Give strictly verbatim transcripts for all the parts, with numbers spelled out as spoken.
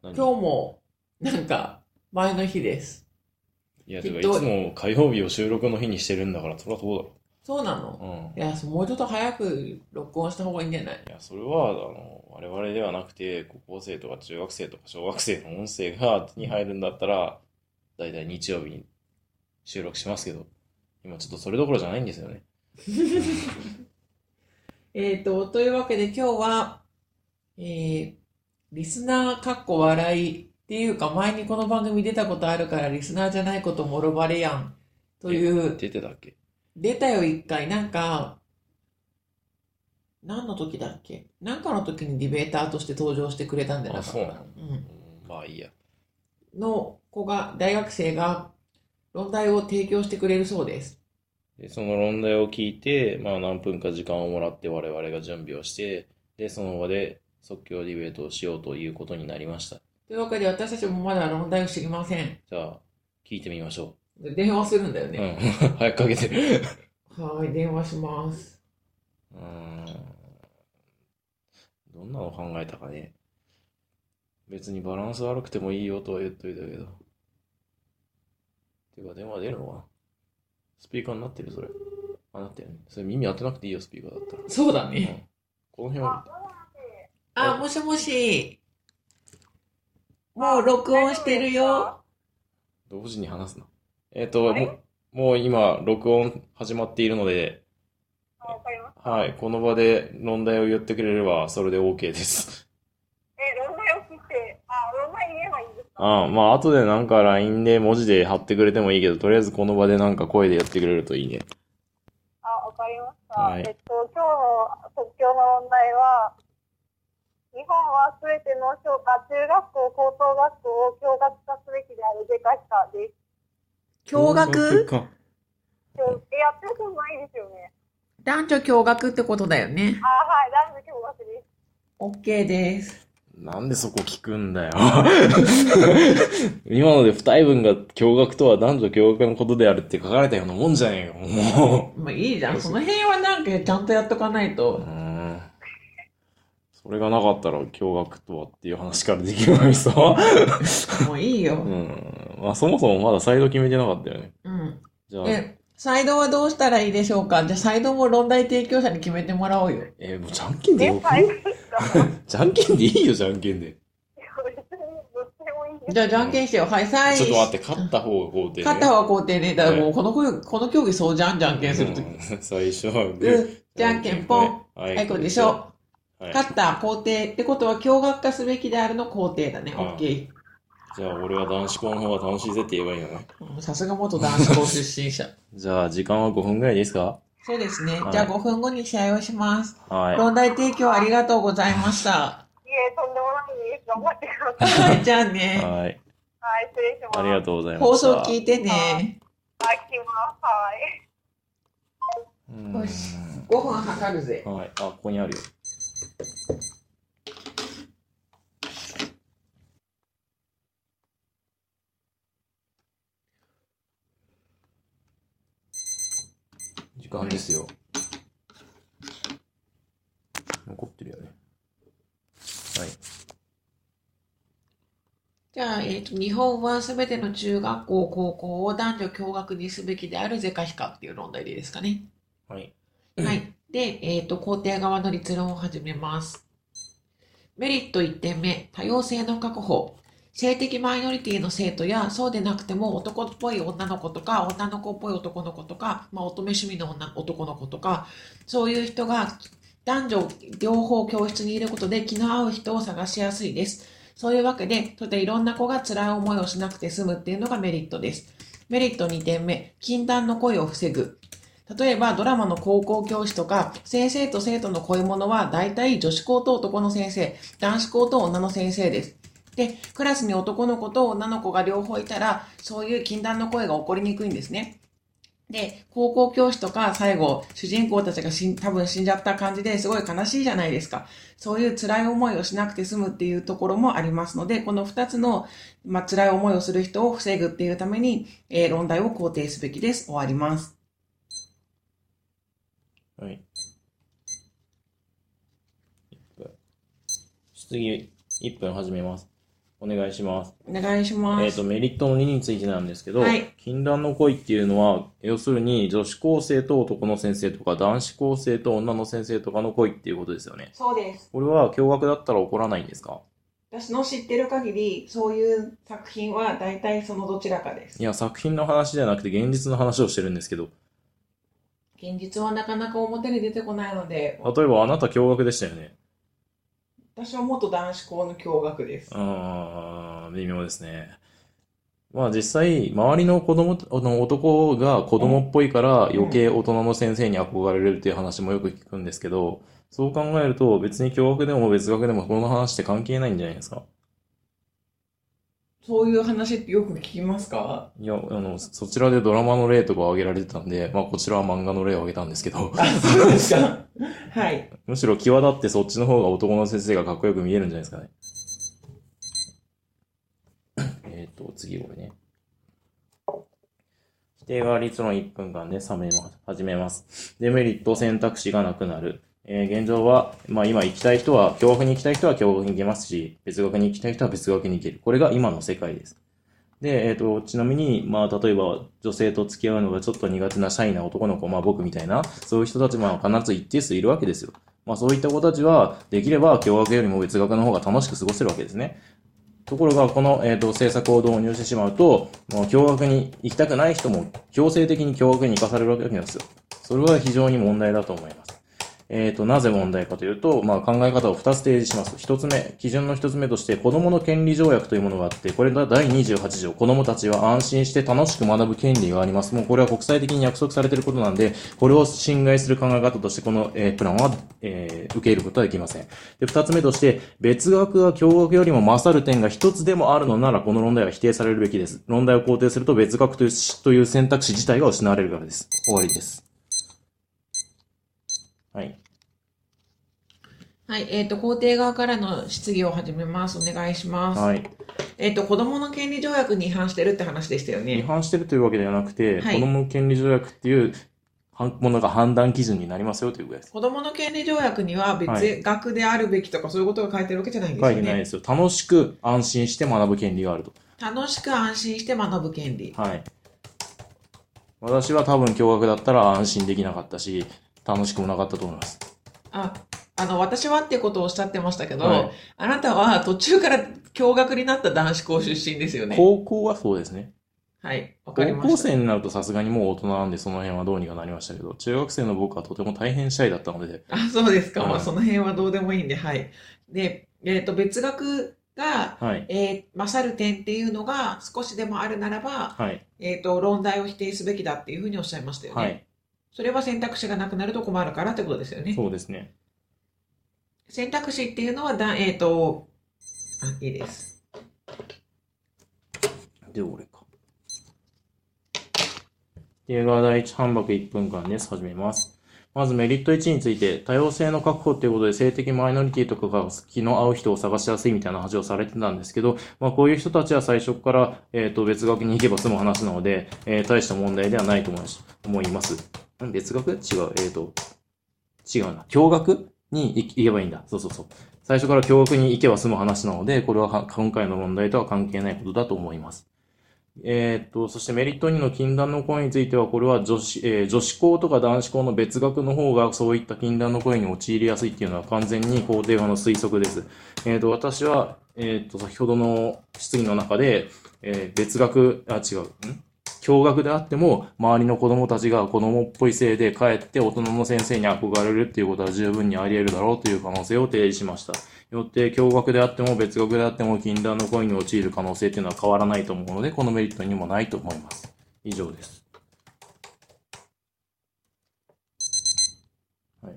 今日何も、なんか、前の日です。 いや、てか、いきっと、 つも火曜日を収録の日にしてるんだから、そりゃそうそうなだろ。 の？ うん。 いや、もうちょっと早く録音した方がいいんじゃない？ いや、それは、あの、我々ではなくて、高校生とか中学生とか小学生の音声が手に入るんだったら、だいたい日曜日に収録しますけど、今ちょっとそれどころじゃないんですよね。 えーと、というわけで今日は、えー、リスナーかっこ笑いっていうか前にこの番組出たことあるからリスナーじゃないこともろバレやんとえ、 いう、 出てたっけ？ 出たよ一回。なんか、何の時だっけ？なんかの時にディベーターとして登場してくれたんじゃなあ、 かったかな。 そうなの？ うん。 うん、まあいいや。 の子が、大学生が論題を提供してくれるそうです。 で、その論題を聞いて、まあ何分か時間をもらって我々が準備をして、で、その場で即興ディベートをしようということになりました。 というわけで私たちもまだ論題を知りません。 じゃあ、聞いてみましょで電話するんだよう。うね。 ん。早くかけて。 はい、電話します。 うーん。どんなの考えたかね。別にバランス悪くてもいいよとは言っといたけど。てか、電話出るのかな？スピーカーになってるそれ。あ、なってるね。それ耳当てなくていいよ、スピーカーだったら。 そうだうん。 ね。 この辺は、 あ、 あ、 もしもし。もう録音してるよ。 同時に話すな。えっと、もう、もう今、録音始まっているので、 わかりました。 はい、この場で論題を言ってくれれば、それで OK です。 え、論題を聞いて、あ、論題言えばいいんですか？ ああ、まあ、後でなんか ライン で文字で貼ってくれてもいいけど、とりあえずこの場でなんか声でやってくれるといいね。 あ、わかりました。 はい。 えっと、今日の即興の問題は、日本はすべての小あ中学校、高等学校を共学化すべきであるべかしかです。 共学？ か。 共え、やってることないですよね。 男女共学ってことだよね。 あ、はい、男女共学です。 OK です。 なんでそこ聞くんだよ。今ので二重文が共学とは男女共学のことであるって書かれたようなもんじゃねえよ、もまあいいじゃん。その辺はなんかちゃんとやっとかないうう。 と。 ーん。それがなかったら共学とはっていう話からできるのにさ。 もういいよ。 うん。まあそもそもまだサイド決めてなかったよね。 うん。 じゃあ、 え、サイドはどうしたらいいでしょうか？じゃあサイドも論題提供者に決めてもらおうよ。 えーもうじゃんけんでよえ、 く最悪ですか？ じゃんけんでいいよ、じゃんけんで。 いや、別にどっちでもいいです。 じゃあじゃんけんしてよ。はい、さい。 ちょっと待って、勝った方が肯定ね。 勝った方が肯定ね。だからもうこの声、この競技そうじゃん、じゃんけんするとき。 うん最初はググー、じゃんけんぽん。 ははい、これでしょ。 はい。 勝った肯定ってことは共学化すべきであるの肯定だね。 ああ OK。 じゃあ俺は男子校の方が楽しいぜって言えばいいのね。 うんさすが元男子校出身者。 じゃあ時間はごふんぐらいでいいですか？ そうですね。 はいじゃあごふんごに試合をします。 はい。 論題提供ありがとうございました。 いえ、とんでもないです。頑張ってください。 はい、じゃあね。 はい。 はい、失礼します。 ありがとうございま放した。 送聞いてね。 はい、聞きます。はい。 うーんよしごふん測るぜ。 はい。あ、ここにあるよ。時間ですよ。残ってるよね。はい。 じゃあ、えっと、日本はすべての中学校、高校を男女共学にすべきである是か非かっていう論題でいいですかね。 はい。 はい。で、えっと、肯定側の立論を始めます。メリットいってんめ、多様性の確保。性的マイノリティの生徒や、そうでなくても男っぽい女の子とか、女の子っぽい男の子とか、まあ、乙女趣味の女男の子とか、そういう人が男女両方教室にいることで気の合う人を探しやすいです。そういうわけで、とていろんな子が辛い思いをしなくて済むっていうのがメリットです。メリットにてんめ、禁断の恋を防ぐ。例えばドラマの高校教師とか、先生と生徒の恋物は大体女子校と男の先生、男子校と女の先生です。で、クラスに男の子と女の子が両方いたら、そういう禁断の声が起こりにくいんですね。で、高校教師とか最後、主人公たちが死ん多分死んじゃった感じですごい悲しいじゃないですか。そういう辛い思いをしなくて済むっていうところもありますので、この二つの、まあ、辛い思いをする人を防ぐっていうために、えー論題を肯定すべきです。終わります。 はい。質疑いっぷん始めます。 お願いします。 お願いします。 えっと、メリットのにについてなんですけど、 はい、 禁断の恋っていうのは、要するに女子高生と男の先生とか、男子高生と女の先生とかの恋っていうことですよね。 そうです。 これは驚愕だったら起こらないんですか？ 私の知ってる限り、そういう作品は大体そのどちらかです。 いや、作品の話じゃなくて現実の話をしてるんですけど、 現実はなかなか表に出てこないので、 例えばあなた驚愕でしたよね。 私は元男子校の共学です。 あー、微妙ですね。まあ実際、周りの子供、あの男が子供っぽいから余計大人の先生に憧れるっていう話もよく聞くんですけど、そう考えると別に共学でも別学でもこの話って関係ないんじゃないですか。 そういう話ってよく聞きますか？ いや、あの、そちらでドラマの例とかを挙げられてたんで、まあこちらは漫画の例を挙げたんですけど、 あ、そうですか。はい。 むしろ際立ってそっちの方が男の先生がかっこよく見えるんじゃないですかね。えっと、次これね。否定側立論いっぷんかんで冷めます。始めます。デメリット選択肢がなくなる。えー、現状は、まあ今行きたい人は、共学に行きたい人は共学に行けますし、別学に行きたい人は別学に行ける。これが今の世界です。で、えっと、ちなみに、まあ例えば女性と付き合うのがちょっと苦手なシャイな男の子、まあ僕みたいな、そういう人たちも必ず一定数いるわけですよ。まあそういった子たちは、できれば共学よりも別学の方が楽しく過ごせるわけですね。ところが、この、えっと、政策を導入してしまうと、もう共学に行きたくない人も強制的に共学に行かされるわけですよ。それは非常に問題だと思います。えっと、なぜ問題かというと、まあ、考え方を二つ提示します。一つ目、基準の一つ目として、子供の権利条約というものがあって、これがだいにじゅうはち条、子供たちは安心して楽しく学ぶ権利があります。もうこれは国際的に約束されていることなんで、これを侵害する考え方として、この、えー、プランは、えー、受け入れることはできません。で、二つ目として、別学は共学よりも勝る点が一つでもあるのなら、この論題は否定されるべきです。論題を肯定すると、別学というという選択肢自体が失われるからです。終わりです。はい。 はい、えっと、肯定側からの質疑を始めます。お願いします。 はい。 えっと、子供の権利条約に違反してるって話でしたよね。 違反してるというわけではなくて、 はい子供の権利条約っていうものが判断基準になりますよということです。 子供の権利条約にははい別学であるべきとかそういうことが書いてるわけじゃないんです書よね。 いてないですよ。楽しく安心して学ぶ権利があると。 楽しく安心して学ぶ権利。 はい。私は多分共学だったら安心できなかったし、楽しくもなかったと思います。 あ、あの、私はっていうことをおっしゃってましたけど、 はいあなたは途中から共学になった男子校出身ですよね。 高校はそうですね。 はい、わかりました。 高校生になるとさすがにもう大人なんでその辺はどうにかなりましたけど、中学生の僕はとても大変シャイだったので、 あ、そうですか。 はいまあ、その辺はどうでもいいんで、はい。で、えっと、別学が、 はい。 えー勝る点っていうのが少しでもあるならば、 はい。 えっと、論題を否定すべきだっていうふうにおっしゃいましたよね。 はい。 それは選択肢がなくなると困るからってことですよね。 そうですね。 選択肢っていうのはだ、えっと、あ、いいです。 で、俺か。映画第一反駁いっぷんかんです。始めます。まずメリットいちについて、多様性の確保っていうことで性的マイノリティとかが気の合う人を探しやすいみたいな話をされてたんですけど、まあこういう人たちは最初から、えっと、別学に行けば済む話なので、えー、大した問題ではないと思います。思います別学違う。えっと、違うな。共学に行けばいいんだ。そうそうそう。最初から共学に行けば済む話なので、これは今回の問題とは関係ないことだと思います。えーっと、そしてメリットにの禁断の声については、これは女子、えー女子校とか男子校の別学の方がそういった禁断の声に陥りやすいっていうのは完全に肯定派の推測です。えーっと、私は、えーっと、先ほどの質疑の中で、えー別学、あ、違う、ん共学であっても、周りの子供たちが子供っぽいせいで帰って大人の先生に憧れるっていうことは十分にあり得るだろうという可能性を提示しました。よって、共学であっても別学であっても禁断の恋に陥る可能性っていうのは変わらないと思うので、このメリットにもないと思います。以上です。はい。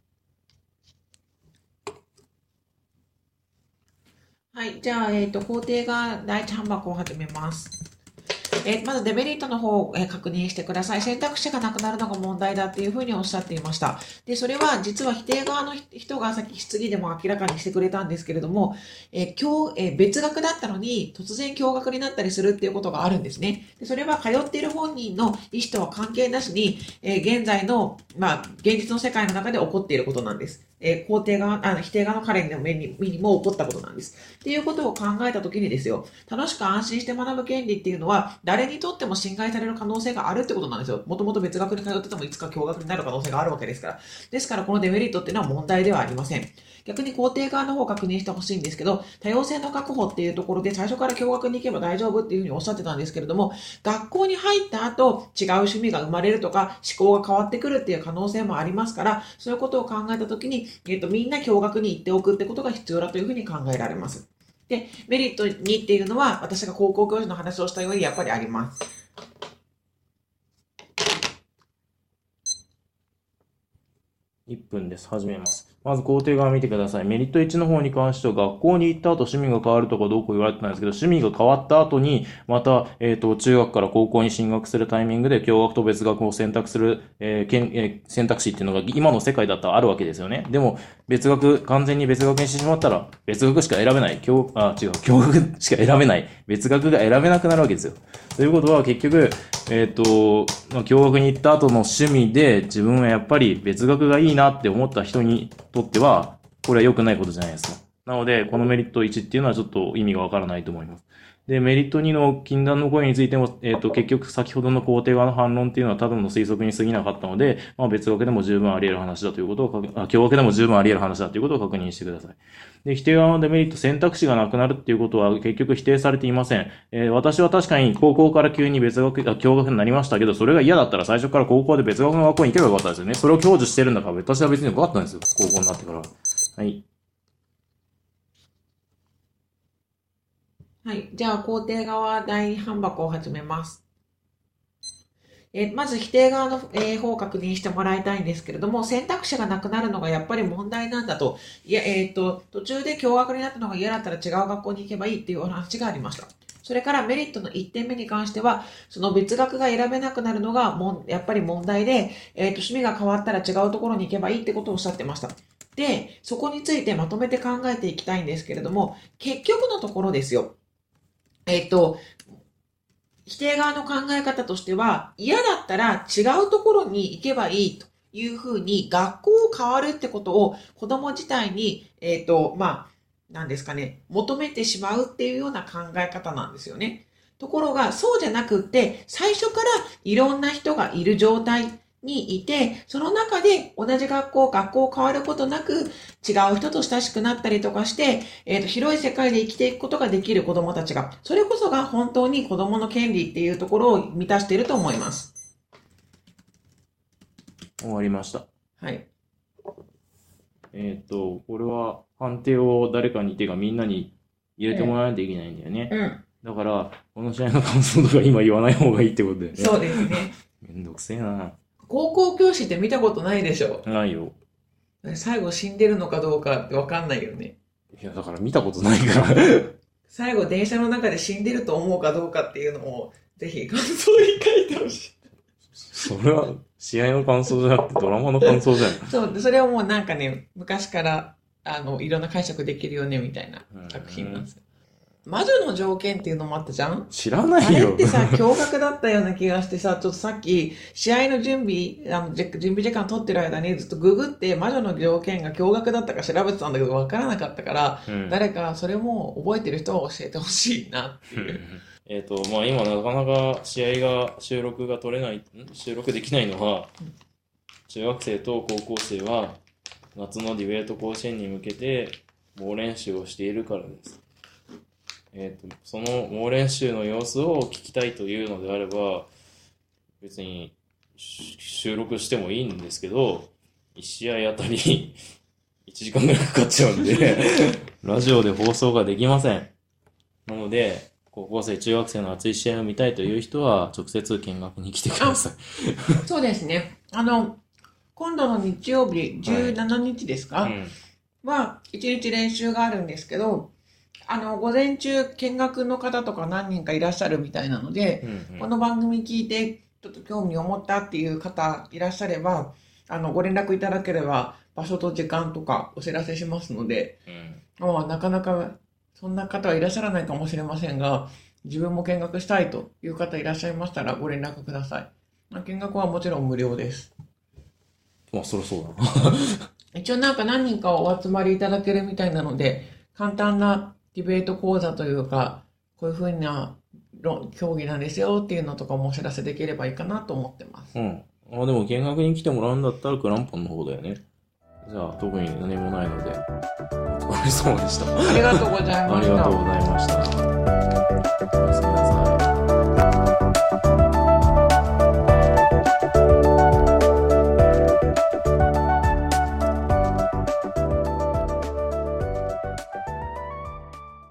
はい。じゃあ、えっと、肯定が第一反駁を始めます。えーまずデメリットの方を、えー確認してください。選択肢がなくなるのが問題だっていうふうにおっしゃっていました。で、それは実は否定側の人がさっき質疑でも明らかにしてくれたんですけれども、えー共えー別学だったのに突然共学になったりするっていうことがあるんですね。で、それは通っている本人の意思とは関係なしに、えー現在の、まあ、現実の世界の中で起こっていることなんです。 えー、肯定側、あの、否定側の彼の目に、目にも起こったことなんです。っていうことを考えたときにですよ、楽しく安心して学ぶ権利っていうのは、誰にとっても侵害される可能性があるってことなんですよ。もともと別学に通っててもいつか共学になる可能性があるわけですから。ですから、このデメリットっていうのは問題ではありません。逆に肯定側の方を確認してほしいんですけど、多様性の確保っていうところで最初から共学に行けば大丈夫っていうふうにおっしゃってたんですけれども、学校に入った後、違う趣味が生まれるとか、思考が変わってくるっていう可能性もありますから、そういうことを考えたときに、えっと、みんな共学に行っておくってことが必要だというふうに考えられます。で、メリットにっていうのは、私が高校教師の話をしたようにやっぱりあります。 いっぷんです。始めます。まず肯定側見てください。メリットいちの方に関しては、学校に行った後趣味が変わるとかどうこう言われてたんですけど、趣味が変わった後に、また、えっと、中学から高校に進学するタイミングで、共学と別学を選択する、えーけんえー選択肢っていうのが今の世界だったらあるわけですよね。でも、別学、完全に別学にしてしまったら、別学しか選べない。共、あ、違う、共学しか選べない。別学が選べなくなるわけですよ。ということは、結局、えっと、まあ、共学に行った後の趣味で、自分はやっぱり別学がいいなって思った人にとっては、これは良くないことじゃないですか。なので、このメリットいちっていうのはちょっと意味がわからないと思います。で、メリットにの禁断の声についても、えっと、結局先ほどの肯定側の反論っていうのはただの推測に過ぎなかったので、まあ別学でも十分あり得る話だということを、あ、共学でも十分あり得る話だということを確認してください。で、否定側のデメリット、選択肢がなくなるっていうことは結局否定されていません。えー、私は確かに高校から急に別学、あ、共学になりましたけど、それが嫌だったら最初から高校で別学の学校に行けばよかったですよね。それを享受してるんだから、私は別によかったんですよ。高校になってから。はい。 はい。じゃあ、肯定側第二半箱を始めます。えーまず否定側の、えー方を確認してもらいたいんですけれども、選択肢がなくなるのがやっぱり問題なんだと。いや、えっと、途中で共学になったのが嫌だったら違う学校に行けばいいっていうお話がありました。それからメリットのいってんめに関しては、その別学が選べなくなるのがもんやっぱり問題で、えっと、趣味が変わったら違うところに行けばいいってことをおっしゃってました。で、そこについてまとめて考えていきたいんですけれども、結局のところですよ。えっと、否定側の考え方としては、嫌だったら違うところに行けばいいというふうに、学校を変わるってことを子供自体に、えっと、まあ、なんですかね、求めてしまうっていうような考え方なんですよね。ところが、そうじゃなくって、最初からいろんな人がいる状態にいて、その中で同じ学校、学校を変わることなく、違う人と親しくなったりとかして、えっと、広い世界で生きていくことができる子供たちが、それこそが本当に子供の権利っていうところを満たしていると思います。 終わりました。 はい。 えっと、これは判定を誰かにてかみんなに入れてもらわないといけないんだよね。 うん。 だから、この試合の感想とか今言わない方がいいってことだよね。 そうですね。 めんどくせえな。 高校教師って見たことないでしょ。 ないよ。 最後死んでるのかどうかってわかんないよね。 いや、だから見たことないから。 最後電車の中で死んでると思うかどうかっていうのを、ぜひ感想に書いてほしい。 それは、試合の感想じゃなくてドラマの感想じゃん。 そう、それはもうなんかね、昔から、あの、いろんな解釈できるよね、みたいな作品なんですよ。魔女の条件っていうのもあったじゃん。 知らないよ。 あれってさ、驚愕だったような気がしてさ、ちょっとさっき、試合の準備、あの、準備時間取ってる間にずっとググって魔女の条件が驚愕だったか調べてたんだけど、わからなかったから、うん、誰かそれも覚えてる人は教えてほしいなっていう。 えっと、まあ今なかなか試合が、収録が取れない、収録できないのは、中学生と高校生は夏のディベート甲子園に向けて猛練習をしているからです。えっと、その猛練習の様子を聞きたいというのであれば、別に収録してもいいんですけど、いち試合あたりいちじかんぐらいかかっちゃうんで、ラジオで放送ができません。なので、高校生、中学生の熱い試合を見たいという人は、直接見学に来てください。 そうですね。あの、今度の日曜日、じゅうしちにちですか、はい、うん、は、いちにち練習があるんですけど、あの、午前中、見学の方とか何人かいらっしゃるみたいなので、うんうん、この番組聞いて、ちょっと興味を持ったっていう方いらっしゃれば、あの、ご連絡いただければ、場所と時間とかお知らせしますので、うん、まあ、なかなか、そんな方はいらっしゃらないかもしれませんが、自分も見学したいという方いらっしゃいましたらご連絡ください。見学はもちろん無料です。 まあ、そりゃそうだな。 一応なんか何人かお集まりいただけるみたいなので、簡単なディベート講座というか、こういうふうな論競技なんですよっていうのとかもお知らせできればいいかなと思ってます。 うん。あ、でも見学に来てもらうんだったらクランポンの方だよね。じゃあ、特に何もないので、お疲れ様でした。 ありがとうございました。 ありがとうございました。おやすみなさい。